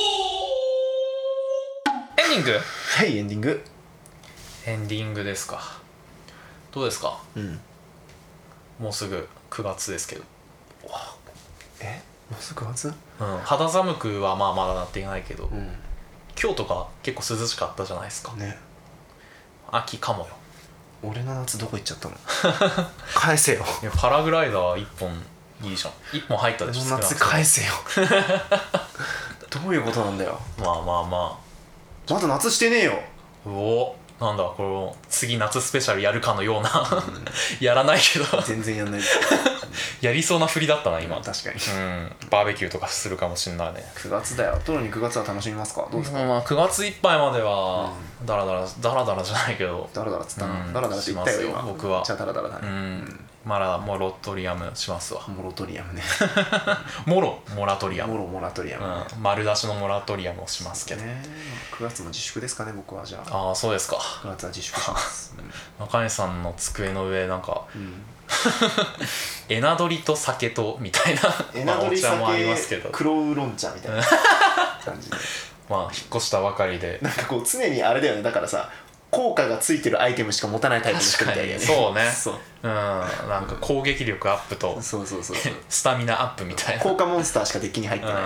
ディング。 はい、エンディングですか。どうですか。もうすぐ9月ですけど。 もうすぐ9月？ 肌寒くはまだなっていないけど、今日とか結構涼しかったじゃないですかね。 秋かもよ。 俺の夏どこ行っちゃったの？返せよ。 いやパラグライダー1本いいじゃん。1本入ったでしょ。 夏返せよ。どういうことなんだよ。 まだ夏してねえよ。 なんだこの次夏スペシャルやるかのようなやらないけど全然やんないやりそうな振りだったな今。 確かに。 バーベキューとかするかもしんないね。 9月だよ。トロに9月は楽しみますか？どうですか ？9月いっぱいまではダラダラじゃないけど、 ダラダラっつったな。ダラダラって言ったよ今。 僕は。 じゃあダラダラだね。 まだモラトリアムしますわ。 モラトリアムね。 モラトリアム。 モラトリアム。 丸出しのモラトリアムをしますけど。 9月も自粛ですかね、僕は。じゃあ。ああ、そうですか。 9月は自粛します。 中西さんの机の上なんかエナドリと酒とみたいなエナドリお茶もありますけど、 黒ウーロン茶みたいな感じで引っ越したばかりで、 なんかこう常にあれだよね。だからさ、効果がついてるアイテムしか持たないタイプの人みたいだよね。 そうね。 そう。 なんか攻撃力アップとそうスタミナアップみたいな。 効果モンスターしかデッキに入ってない。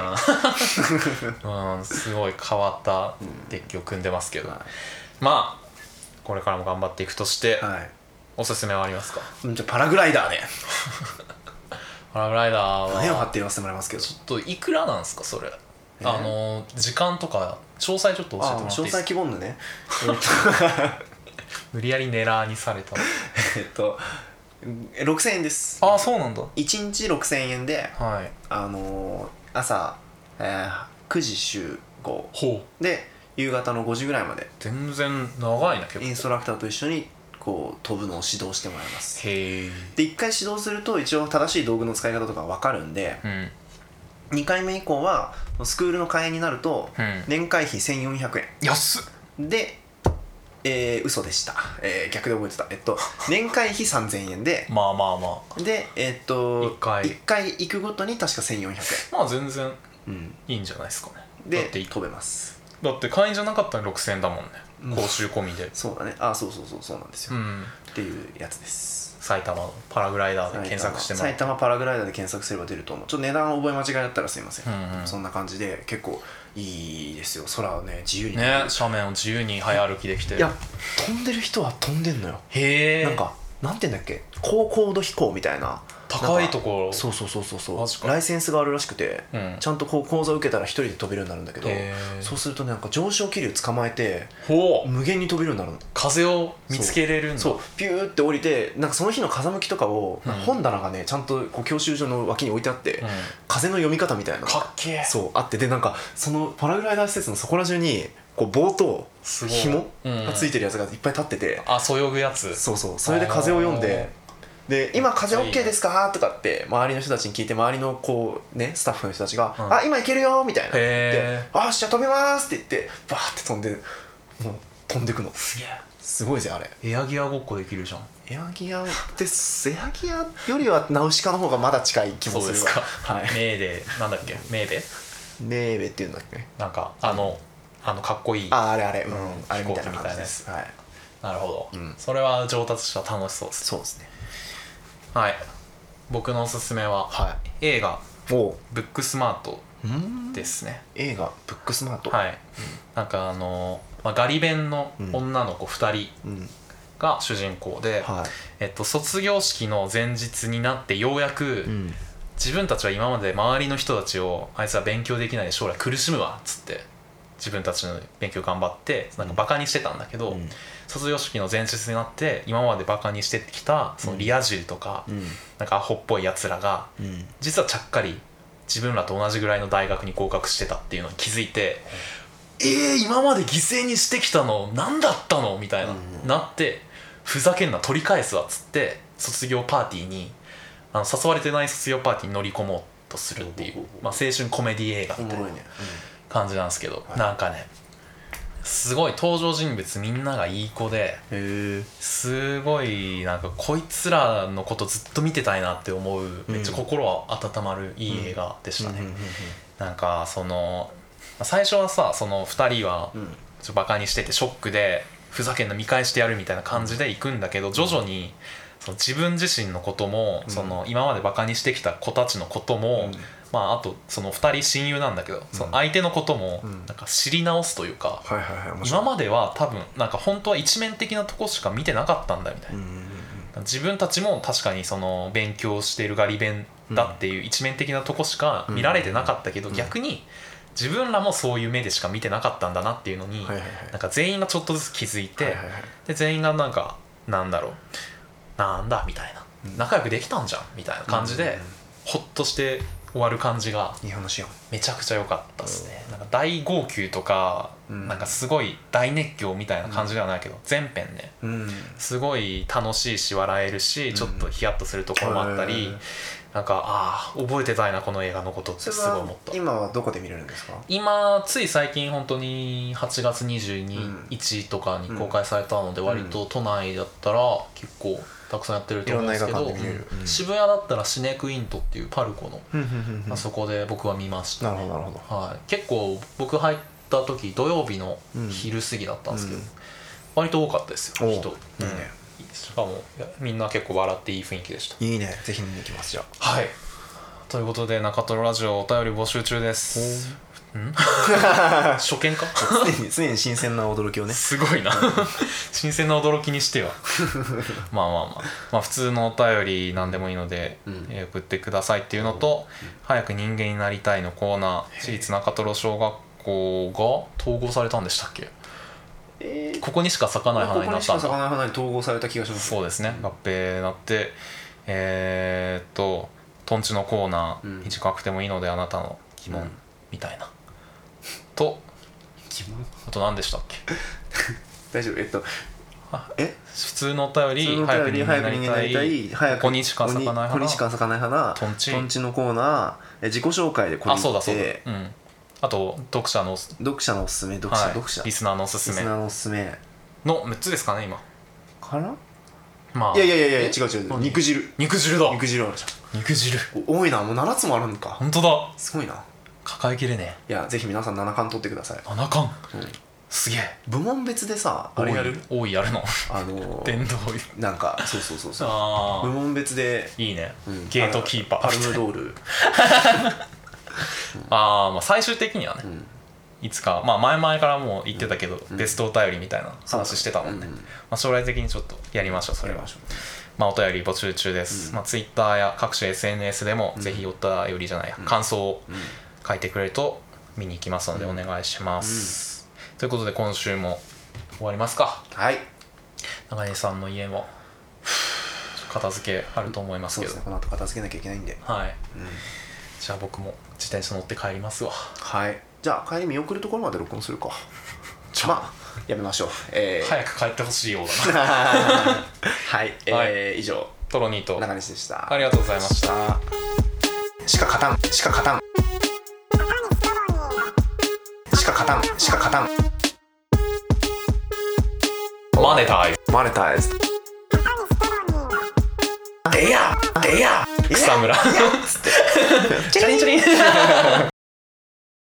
すごい変わったデッキを組んでますけど、これからも頑張っていくとして、おすすめはありますか？ じゃあパラグライダーね。 パラグライダーは胸を張って言わせてもらいますけど、 ちょっといくらなんですかそれ？時間とか詳細ちょっと教えてもらっていいですか？ 詳細希望のね。 無理やりネラーにされた。 6000円です。 ああ、そうなんだ。 1日6000円で、朝、9時集合で夕方の5時ぐらいまで全然長いな。結構インストラクターと一緒にこう飛ぶのを指導してもらいます。 へえ。 で1回指導すると一応正しい道具の使い方とか分かるんで、2回目以降はスクールの会員になると年会費1400円。 安っ。 で嘘でした。逆で覚えてた。年会費3000円でで1回行くごとに確か1400円。 全然いいんじゃないですかね。 で飛べます。 だって会員じゃなかったら6000円だもんね。講習込みで。 そうだね。そうなんですよ。っていうやつです。 埼玉のパラグライダーで検索してもら埼玉パラグライダーで検索すれば出ると思う。ちょっと値段覚え間違いだったらすいません。そんな感じで結構いいですよ。空をね自由にね、斜面を自由に早歩きできて。 いや、飛んでる人は飛んでんのよ。 へえ。 なんかなんて言うんだっけ、高高度飛行みたいな高いところ。 そうライセンスがあるらしくて、ちゃんとこう講座を受けたら一人で飛べるようになるんだけど、そうするとなんか上昇気流捕まえて無限に飛べるようになるの。 風を見つけれるんだ。 そうピューって降りて、なんかその日の風向きとかを本棚がねちゃんとこう教習所の脇に置いてあって、風の読み方みたいなかっけえ。 そうあって、でなんかそのパラグライダー施設のそこら中にこう棒と紐がついてるやつがいっぱい立ってて、 そよぐやつ。 それで風を読んで、で今風 OK ですかとかって周りの人たちに聞いて、周りのこうねスタッフの人たちがあ今いけるよみたいなで、じゃあ飛びますって言ってバーって飛んで、もう飛んでくの。すごいぜあれ。 エアギアごっこできるじゃん。 エアギアよりはナウシカの方がまだ近い気もするわ。 そうですか。メーデーなんだっけ、メーベっていうんだっけ。 なんかかっこいいあれあれみたいな感じです。なるほど。 うん、 それは上達したら楽しそうです。 そうですね。 はい、僕のおすすめは、 はい、 映画ブックスマートですね。 映画ブックスマート、 はい、なんかガリ勉の女の子2人が主人公で、卒業式の前日になってようやく、自分たちは今まで周りの人たちをあいつは勉強できないで将来苦しむわっつって自分たちの勉強頑張ってなんかバカにしてたんだけど、卒業式の前日になって今までバカにしてきたそのリア充とか、なんかアホっぽいやつらが、実はちゃっかり自分らと同じぐらいの大学に合格してたっていうのに気づいて、今まで犠牲にしてきたの何だったのみたいな、なってふざけんな取り返すわっつって卒業パーティーに誘われてない卒業パーティーに乗り込もうとするっていう、青春コメディ映画みたいな感じなんですけど、なんかねすごい登場人物みんながいい子で、すごいなんかこいつらのことずっと見てたいなって思う、めっちゃ心は温まるいい映画でしたね。なんかその最初はさ、その2人はちょっとバカにしててショックでふざけんな見返してやるみたいな感じで行くんだけど、徐々にその自分自身のことも、その今までバカにしてきた子たちのことも、あとその2人親友なんだけど、その相手のこともなんか知り直すというか、今までは多分なんか本当は一面的なとこしか見てなかったんだみたいな、自分たちも確かにその勉強しているガリ勉だっていう一面的なとこしか見られてなかったけど、逆に自分らもそういう目でしか見てなかったんだなっていうのに、なんか全員がちょっとずつ気づいて、で全員がなんかなんだろうなんだみたいな、仲良くできたんじゃんみたいな感じでホッとして終わる感じがめちゃくちゃ良かったですね。なんか大号泣とか、なんかすごい大熱狂みたいな感じではないけど、全編ね、すごい楽しいし笑えるし、ちょっとヒヤッとするところもあったり、なんか覚えてたいなこの映画のことってすごい思った。 今はどこで見れるんですか？ 今つい最近本当に8月22日とかに公開されたので、割と都内だったら結構たくさんやってると思うんですけど、渋谷だったらシネクイントっていうパルコのあそこで僕は見ましたね。結構僕入った時土曜日の昼過ぎだったんですけど、割と多かったですよ人。しかもみんな結構笑っていい雰囲気でした。 いいね、ぜひ見に行きます。じゃあはい、ということで中トロラジオお便り募集中です。初見か常に新鮮な驚きをね。 すごいな新鮮な驚きにしてはまあ普通のお便りなんでもいいので、送ってくださいっていうのと、早く人間になりたいのコーナー、私立中トロ小学校が統合されたんでしたっけ？ここにしか咲かない花になったんだ。 ここにしか咲かない花に統合された気がします。 そうですね、合併になって、トンチのコーナー、短くてもいいのであなたの疑問みたいな、とあと何でしたっけ大丈夫。 普通のお便り、早く人間になりたい、ここにしか咲かない花、トンチのコーナー、自己紹介でこれ言って、あと読者のおすすめ、リスナーのおすすめの6つですかね今かな。いや違う、肉汁だ。肉汁あるじゃん。肉汁多いな、もう7つもあるのか。 本当だ、 すごいな、 抱えきれねえ。いやぜひ皆さん7巻取ってください。 7巻、すげえ。 部門別でさ、あれやる？ 多いやるの殿堂なんかそう部門別でいいね。ゲートキーパー、 パルムドール最終的にはね、いつか前々からもう言ってたけど、ベストお便りみたいな話してたもんね。将来的にちょっとやりましょう、それは。お便り募集中です。Twitter や各種 SNS でもぜひお便りじゃないや、感想を書いてくれると見に行きますのでお願いします。ということで今週も終わりますか。 はい。 中西さんの家も片付けあると思いますけど、 この後片付けなきゃいけないんで。 はい。じゃあ僕も自転車乗って帰りますわ。 はい。じゃあ帰り見送るところまで録音するか。やめましょう。 早く帰ってほしいようだなはい、以上トロニーと中西でした。 ありがとうございました。 しか勝たんマネタイズでや草村チャリンチャリン